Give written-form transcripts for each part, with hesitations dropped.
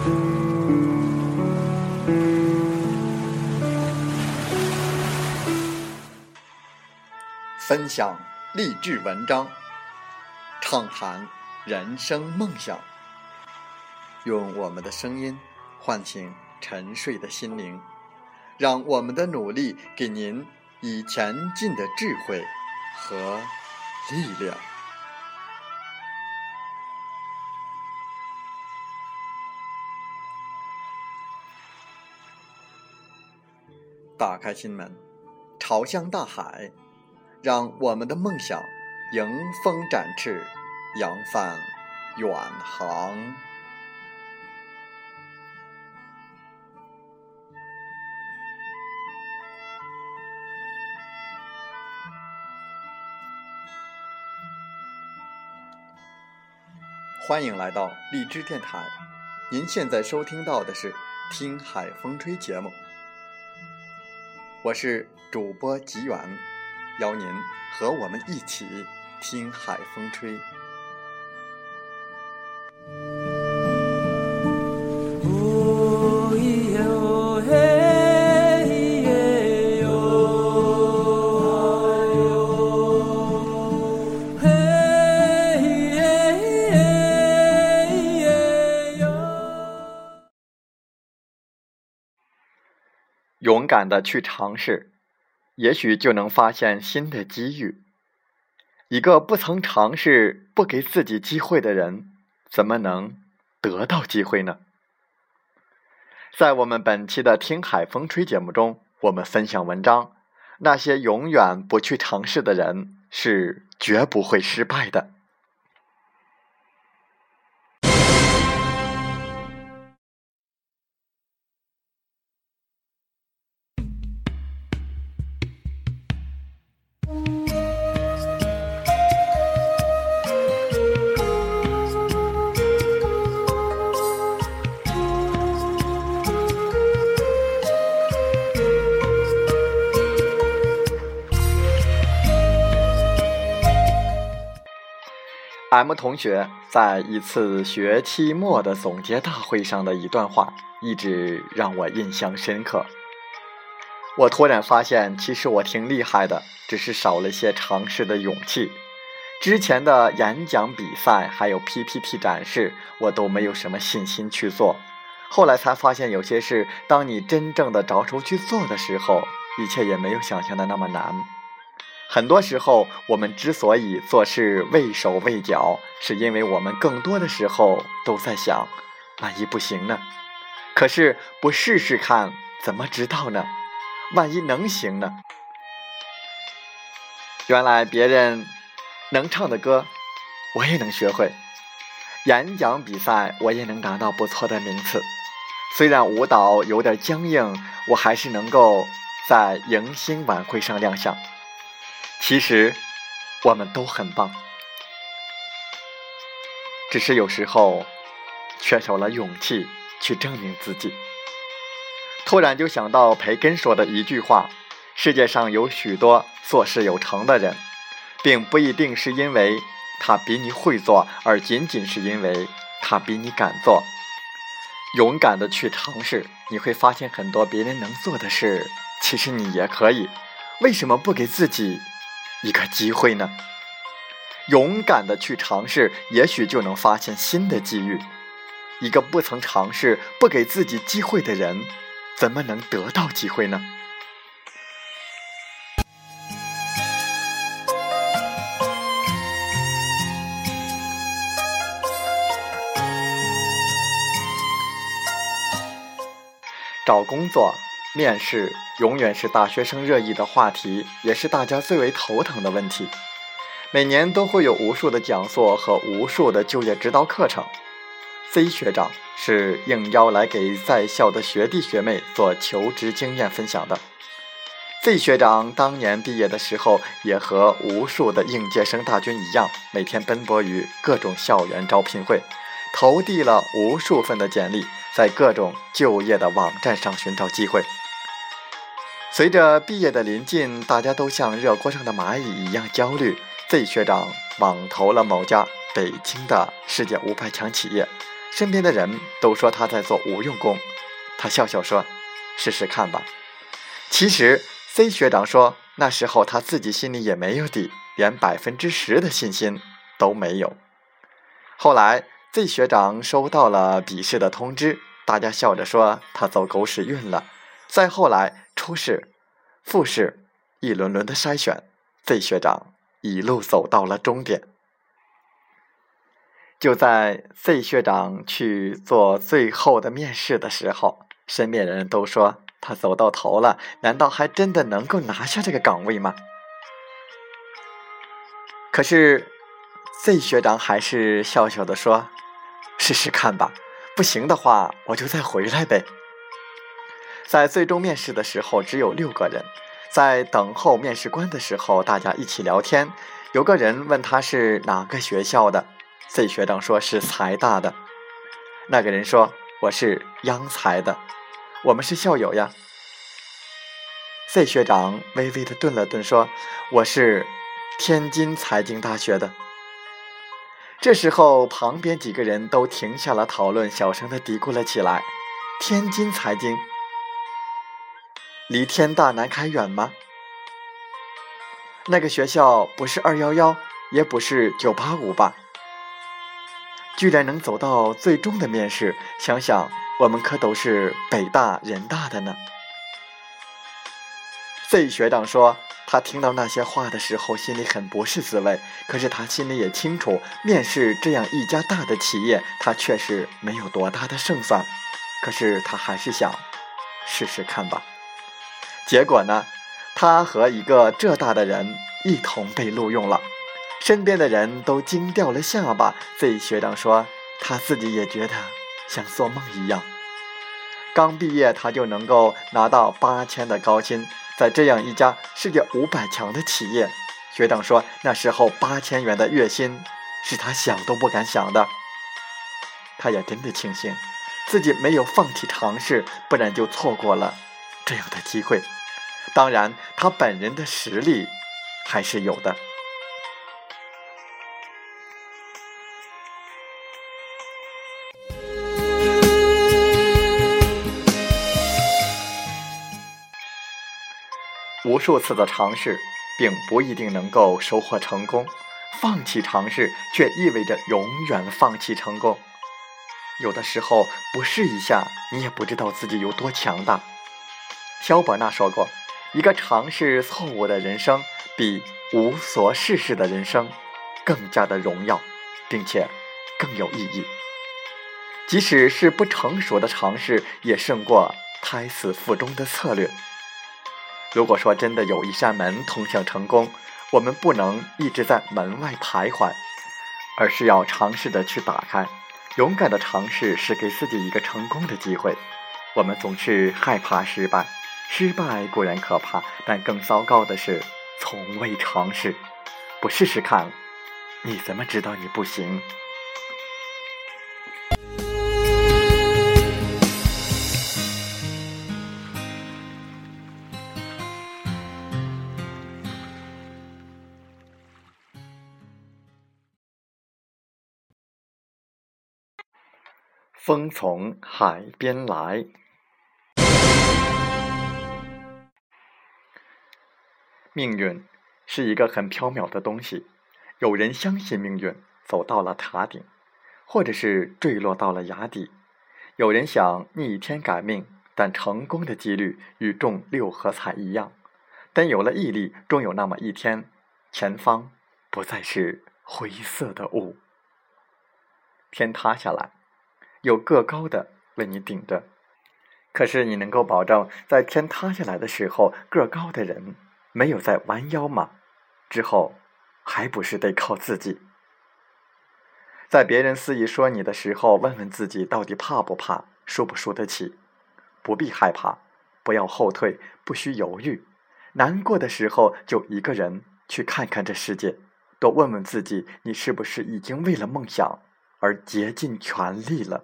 分享励志文章，畅谈人生梦想，用我们的声音唤醒沉睡的心灵，让我们的努力给您以前进的智慧和力量。打开心门，朝向大海，让我们的梦想迎风展翅，扬帆远航。欢迎来到荔枝电台，您现在收听到的是听海风吹节目，我是主播吉远，邀您和我们一起听海风吹。勇敢地去尝试，也许就能发现新的机遇。一个不曾尝试、不给自己机会的人，怎么能得到机会呢？在我们本期的听海风吹节目中，我们分享文章，那些永远不去尝试的人是绝不会失败的。M 同学在一次学期末的总结大会上的一段话，一直让我印象深刻。我突然发现，其实我挺厉害的，只是少了些尝试的勇气。之前的演讲比赛还有 PPT 展示，我都没有什么信心去做。后来才发现，有些事，当你真正的着手去做的时候，一切也没有想象的那么难。很多时候，我们之所以做事畏手畏脚，是因为我们更多的时候都在想，万一不行呢？可是不试试看，怎么知道呢？万一能行呢？原来别人能唱的歌，我也能学会；演讲比赛，我也能拿到不错的名次。虽然舞蹈有点僵硬，我还是能够在迎新晚会上亮相。其实我们都很棒，只是有时候缺少了勇气去证明自己。突然就想到培根说的一句话，世界上有许多做事有成的人，并不一定是因为他比你会做，而仅仅是因为他比你敢做。勇敢的去尝试，你会发现很多别人能做的事，其实你也可以。为什么不给自己一个机会呢？勇敢的去尝试，也许就能发现新的机遇。一个不曾尝试、不给自己机会的人，怎么能得到机会呢？找工作、面试永远是大学生热议的话题，也是大家最为头疼的问题。每年都会有无数的讲座和无数的就业指导课程。Z 学长是应邀来给在校的学弟学妹做求职经验分享的。Z 学长当年毕业的时候，也和无数的应届生大军一样，每天奔波于各种校园招聘会，投递了无数份的简历，在各种就业的网站上寻找机会。随着毕业的临近，大家都像热锅上的蚂蚁一样焦虑。Z 学长网投了某家北京的世界500强企业， 身边的人都说他在做无用功，他笑笑说：“试试看吧。”其实 C 学长说，那时候他自己心里也没有底，连10%的信心都没有。后来 Z 学长收到了笔试的通知，大家笑着说他走狗屎运了。再后来初试、复试，一轮轮的筛选， Z 学长一路走到了终点。就在 Z 学长去做最后的面试的时候，身边人都说他走到头了，难道还真的能够拿下这个岗位吗？可是 Z 学长还是笑笑地说：“试试看吧，不行的话我就再回来呗。”在最终面试的时候只有6个人，在等候面试官的时候，大家一起聊天。有个人问他是哪个学校的， Z 学长说是财大的。那个人说：“我是央财的，我们是校友呀。” Z 学长微微地顿了顿说：“我是天津财经大学的。”这时候旁边几个人都停下了讨论，小声地嘀咕了起来：“天津财经离天大南开远吗？那个学校不是211，也不是985吧？居然能走到最终的面试，想想我们可都是北大人大的呢。” Z 学长说，他听到那些话的时候心里很不是滋味，可是他心里也清楚，面试这样一家大的企业，他确实没有多大的胜算，可是他还是想试试看吧。结果呢，他和一个浙大的人一同被录用了，身边的人都惊掉了下巴。 Z 学长说他自己也觉得像做梦一样，刚毕业他就能够拿到8000的高薪，在这样一家世界500强的企业，学长说那时候8000元的月薪是他想都不敢想的。他也真的庆幸自己没有放弃尝试，不然就错过了这样的机会。当然他本人的实力还是有的。无数次的尝试并不一定能够收获成功，放弃尝试却意味着永远放弃成功。有的时候不试一下，你也不知道自己有多强大。萧伯纳说过，一个尝试错误的人生比无所事事的人生更加的荣耀，并且更有意义。即使是不成熟的尝试，也胜过胎死腹中的策略。如果说真的有一扇门通向成功，我们不能一直在门外徘徊，而是要尝试的去打开。勇敢的尝试是给自己一个成功的机会。我们总是害怕失败，失败固然可怕，但更糟糕的是从未尝试。不试试看，你怎么知道你不行？风从海边来。命运是一个很缥缈的东西，有人相信命运走到了塔顶，或者是坠落到了崖底；有人想逆天改命，但成功的几率与中6合彩一样。但有了毅力，终有那么一天，前方不再是灰色的雾。天塌下来，有个高的为你顶着，可是你能够保证在天塌下来的时候，个高的人没有在弯腰吗？之后还不是得靠自己。在别人肆意说你的时候，问问自己到底怕不怕，输不输得起。不必害怕，不要后退，不需犹豫。难过的时候就一个人去看看这世界，多问问自己，你是不是已经为了梦想而竭尽全力了。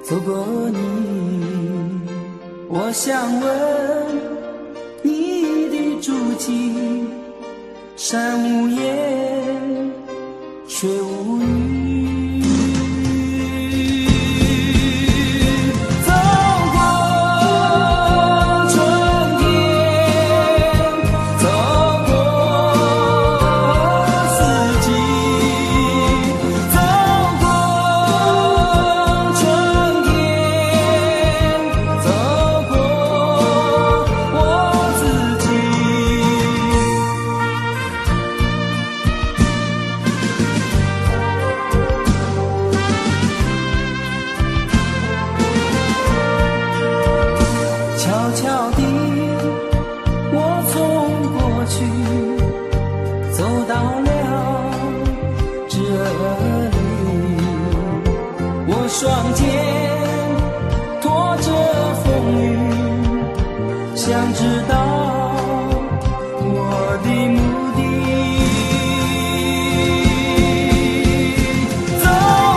走过你，我想问你的足迹，山无言，水无语。双肩拖着风雨，想知道我的目的。走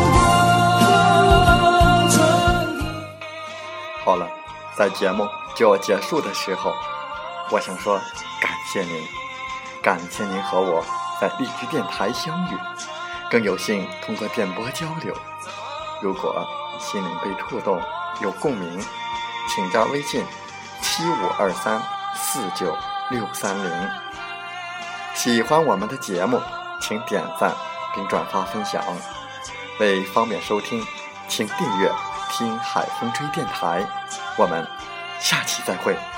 过春天。 好了，在节目就要结束的时候，我想说感谢您，感谢您和我在荔枝电台相遇，更有幸通过电波交流。如果心灵被触动，有共鸣，请加微信7523496630。喜欢我们的节目，请点赞并转发分享。为方便收听，请订阅听海风吹电台。我们下期再会。